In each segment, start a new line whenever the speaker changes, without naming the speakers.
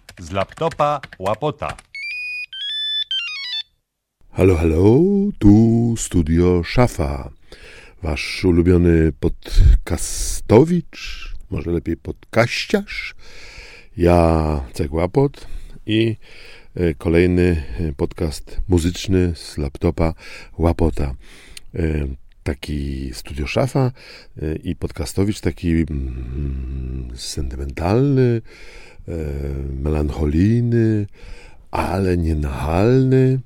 Z laptopa Łapota.
Halo, halo, tu Studio Szafa. Wasz ulubiony podcastowicz, może lepiej podkaściarz. Ja, Cek Łapot i kolejny podcast muzyczny z laptopa Łapota. Taki Studio Szafa i podcastowicz taki sentymentalny, melancholijny, ale nie nachalny,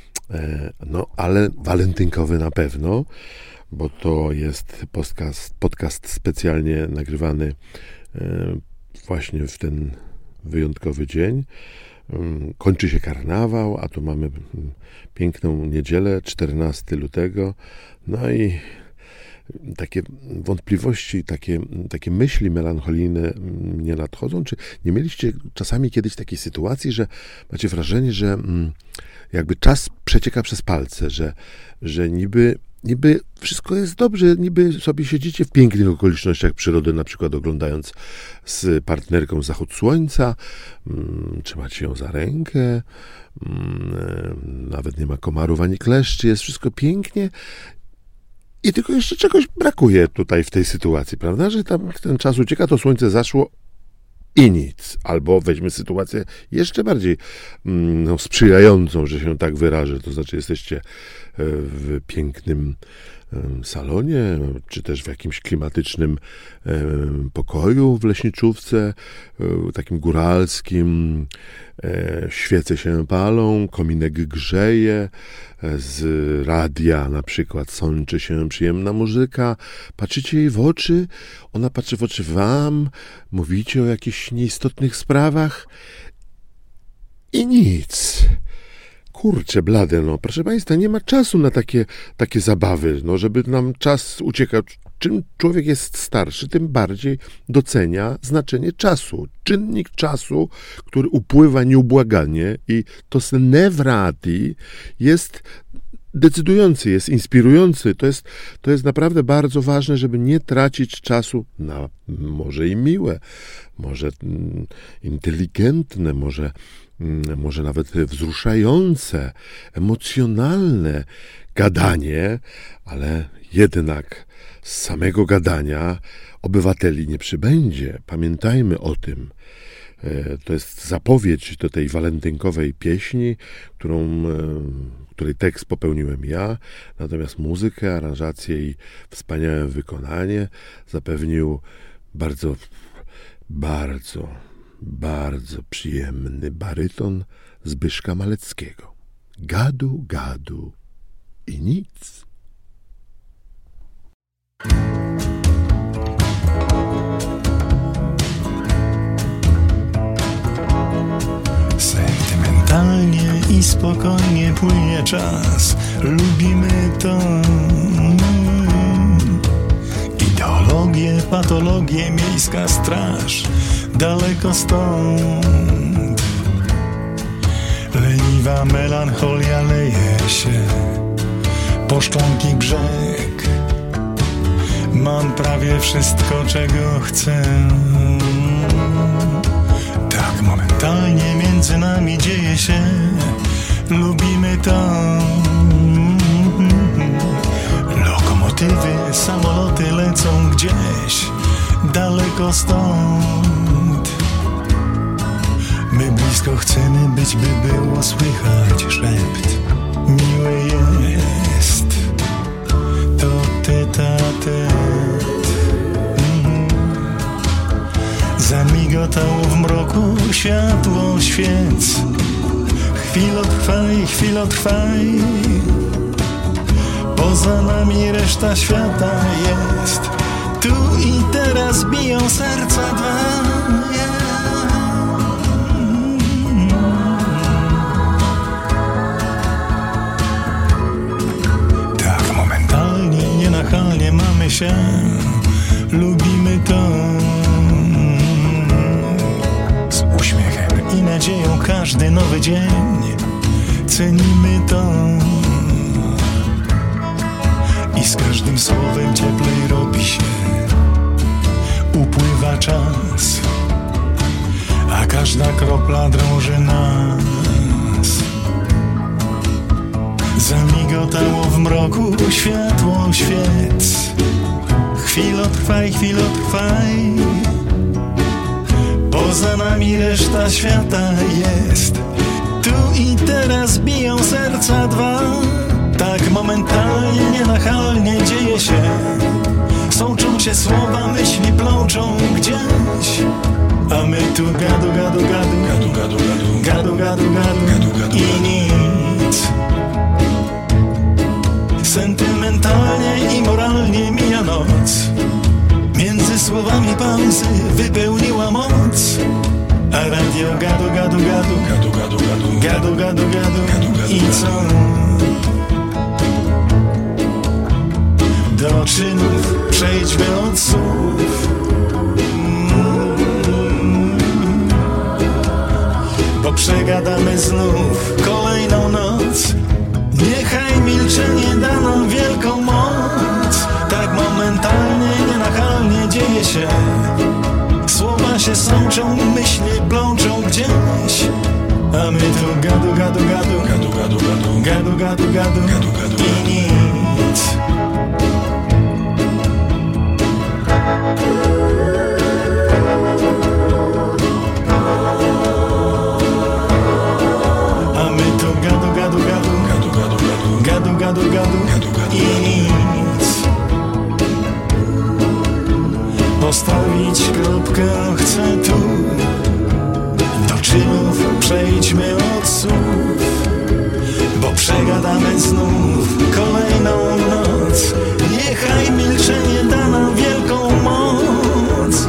no ale walentynkowy na pewno, bo to jest podcast specjalnie nagrywany właśnie w ten wyjątkowy dzień. Kończy się karnawał, a tu mamy piękną niedzielę, 14 lutego. No i takie wątpliwości, takie myśli melancholijne mnie nadchodzą. Czy nie mieliście czasami kiedyś takiej sytuacji, że macie wrażenie, że jakby czas przecieka przez palce, że niby wszystko jest dobrze, niby sobie siedzicie w pięknych okolicznościach przyrody, na przykład oglądając z partnerką zachód słońca, trzymacie ją za rękę, nawet nie ma komarów ani kleszczy, jest wszystko pięknie i tylko jeszcze czegoś brakuje tutaj w tej sytuacji, prawda, że tam ten czas ucieka, to słońce zaszło i nic. Albo weźmy sytuację jeszcze bardziej sprzyjającą, że się tak wyrażę. To znaczy jesteście w pięknym salonie, czy też w jakimś klimatycznym pokoju w leśniczówce, takim góralskim. Świece się palą, kominek grzeje, z radia na przykład sączy się przyjemna muzyka, patrzycie jej w oczy, ona patrzy w oczy wam, mówicie o jakichś nieistotnych sprawach i nic. Kurczę blade, no proszę Państwa, nie ma czasu na takie zabawy, no żeby nam czas uciekał. Czym człowiek jest starszy, tym bardziej docenia znaczenie czasu. Czynnik czasu, który upływa nieubłaganie i to nevráty jest decydujący, jest inspirujący. To jest naprawdę bardzo ważne, żeby nie tracić czasu na może i miłe, może inteligentne, może nawet wzruszające, emocjonalne gadanie, ale jednak z samego gadania obywateli nie przybędzie. Pamiętajmy o tym. To jest zapowiedź do tej walentynkowej pieśni, której tekst popełniłem ja, natomiast muzykę, aranżację i wspaniałe wykonanie zapewnił bardzo, bardzo, bardzo przyjemny baryton Zbyszka Maleckiego. Gadu, gadu i nic.
Sentymentalnie i spokojnie płynie czas. Lubimy to. Ideologie, patologie, miejska straż. Daleko stąd. Leniwa melancholia leje się po szklanki brzeg. Mam prawie wszystko, czego chcę. Tak momentalnie między nami dzieje się. Lubimy to. Lokomotywy, samoloty lecą gdzieś daleko stąd. My blisko chcemy być, by było słychać szept. Miłe jest to tete-a-tete. Zamigotało w mroku światło świec. Chwilo trwaj. Poza nami reszta świata jest. Tu i teraz biją serca dwa. Tak momentalnie, nienachalnie mamy się. Lubimy to. Z uśmiechem i nadzieją każdy nowy dzień. Cenimy to. I z każdym słowem cieplej robi się. Upływa czas, a każda kropla drąży nas. Zamigotało w mroku światło świec. Chwilo trwaj, poza nami reszta świata jest. Tu i teraz biją serca dwa. Tak momentalnie, nienachalnie dzieje się. Sączą się słowa, myśli plączą gdzieś. A my tu gadu, gadu, gadu, gadu, gadu, gadu, gadu, gadu, gadu, gadu i nic. Sentymentalnie i moralnie mija noc. Między słowami pauzy wypełniła moc. A radio gadu, gadu, gadu, gadu, gadu, gadu, gadu, gadu, gadu i co? Do czynów przejdźmy od słów. Bo przegadamy znów kolejną noc. Niechaj milczenie da nam wielką moc. Tak momentalnie, nienachalnie dzieje się. Słowa się sączą, myśli plączą gdzieś. A my tu gadu, gadu, gadu, gadu, gadu, gadu, gadu, gadu, gadu, gadu i nic. A my tu gadu, gadu, gadu, gadu, gadu, gadu, gadu, gadu, gadu i nic. Postawić kropkę chcę tu. Do czynów przejdźmy od słów. Bo przegadamy znów kolejną noc. Niechaj milczenie da nam wielką moc.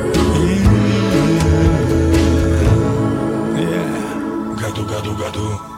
Gadu, gadu, gadu.